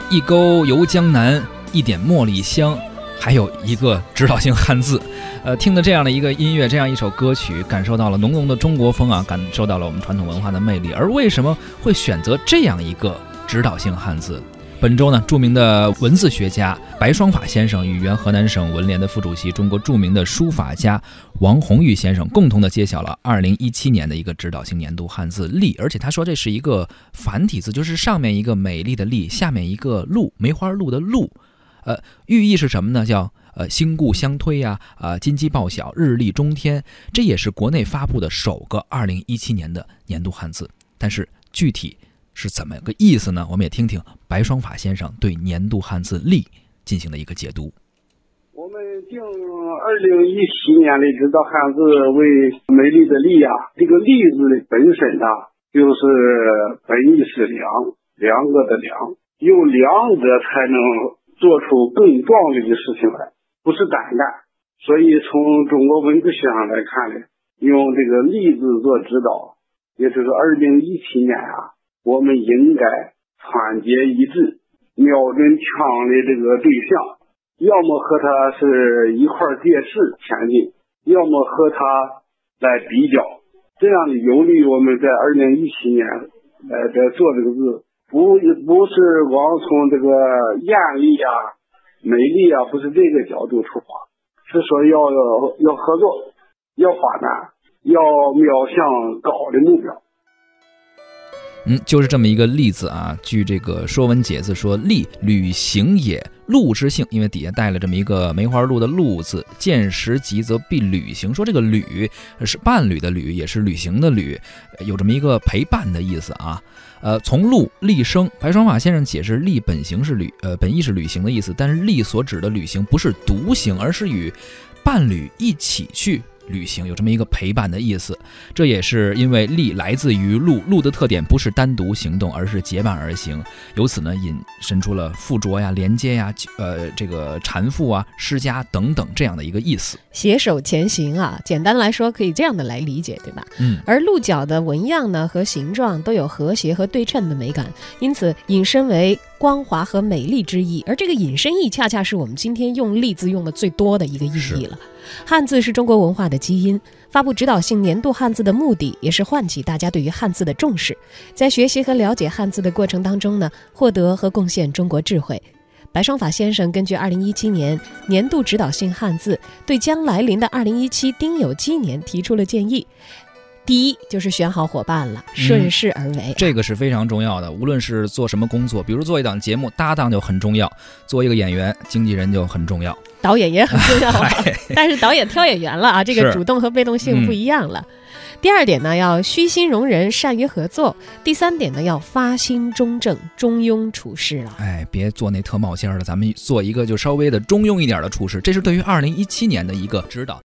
一钩游江南，一点茉莉香，还有一个指导性汉字。听的这样的一个音乐，这样一首歌曲，感受到了浓浓的中国风啊，感受到了我们传统文化的魅力。而为什么会选择这样一个指导性汉字？本周呢，著名的文字学家白双法先生与原河南省文联的副主席、中国著名的书法家王红玉先生共同的揭晓了2017年的一个指导性年度汉字“丽”，而且他说这是一个繁体字，就是上面一个美丽的“丽”，下面一个“鹿”，梅花鹿的“鹿”。寓意是什么呢？叫兴故相推啊，金鸡报晓，日丽中天。这也是国内发布的首个2017年的年度汉字。但是具体是怎么个意思呢？我们也听听白双法先生对年度汉字“丽”进行的一个解读。 我们定2017年的指导汉字为美丽的“丽”啊，这个“丽”字的本身啊，就是本意是良，两个的良，有两者才能做出更壮丽的事情来，不是单干。所以从中国文字学上来看呢，用这个“丽”字做指导，也就是2017年啊，我们应该团结一致，瞄准枪的这个对象，要么和他是一块借势前进，要么和他来比较，这样的有利于我们在2017年在做这个字，不是光从这个艳丽啊、美丽啊，不是这个角度出发，是说要合作，要发展，要瞄向高的目标。 就是这么一个“丽”字啊。据这个《说文解字》说，“丽，履行也，鹿之性”，因为底下带了这么一个梅花鹿的“鹿”字，见时急则必履行。说这个“履”是伴侣的“履”，也是旅行的“旅”，有这么一个陪伴的意思啊。从鹿立生，白双法先生解释，“丽”本意是旅行的意思，但是“丽”所指的旅行不是独行，而是与伴侣一起去旅行，有这么一个陪伴的意思。这也是因为“丽”来自于鹿，鹿的特点不是单独行动，而是结伴而行，由此呢引申出了附着呀、连接呀、这个缠缚啊、施加等等这样的一个意思。 携手前行啊，简单来说可以这样的来理解，对吧？而鹿角的纹样呢和形状都有和谐和对称的美感，因此引申为光滑和美丽之意。而这个引申义恰恰是我们今天用“丽”字用的最多的一个意义了。汉字是中国文化的基因，发布指导性年度汉字的目的也是唤起大家对于汉字的重视，在学习和了解汉字的过程当中呢，获得和贡献中国智慧。白双法先生根据2017年年度指导性汉字，对将来临的2017丁酉鸡年提出了建议。第一就是选好伙伴了，顺势而为， 这个是非常重要的。无论是做什么工作，比如做一档节目，搭档就很重要；做一个演员，经纪人就很重要， 导演也很重要但是导演挑演员了啊，这个主动和被动性不一样了。第二点呢，要虚心容人，善于合作。第三点呢，要发心中正，中庸处事了。 别做那特冒尖的，咱们做一个就稍微的中庸一点的处事，这是对于2017年的一个指导。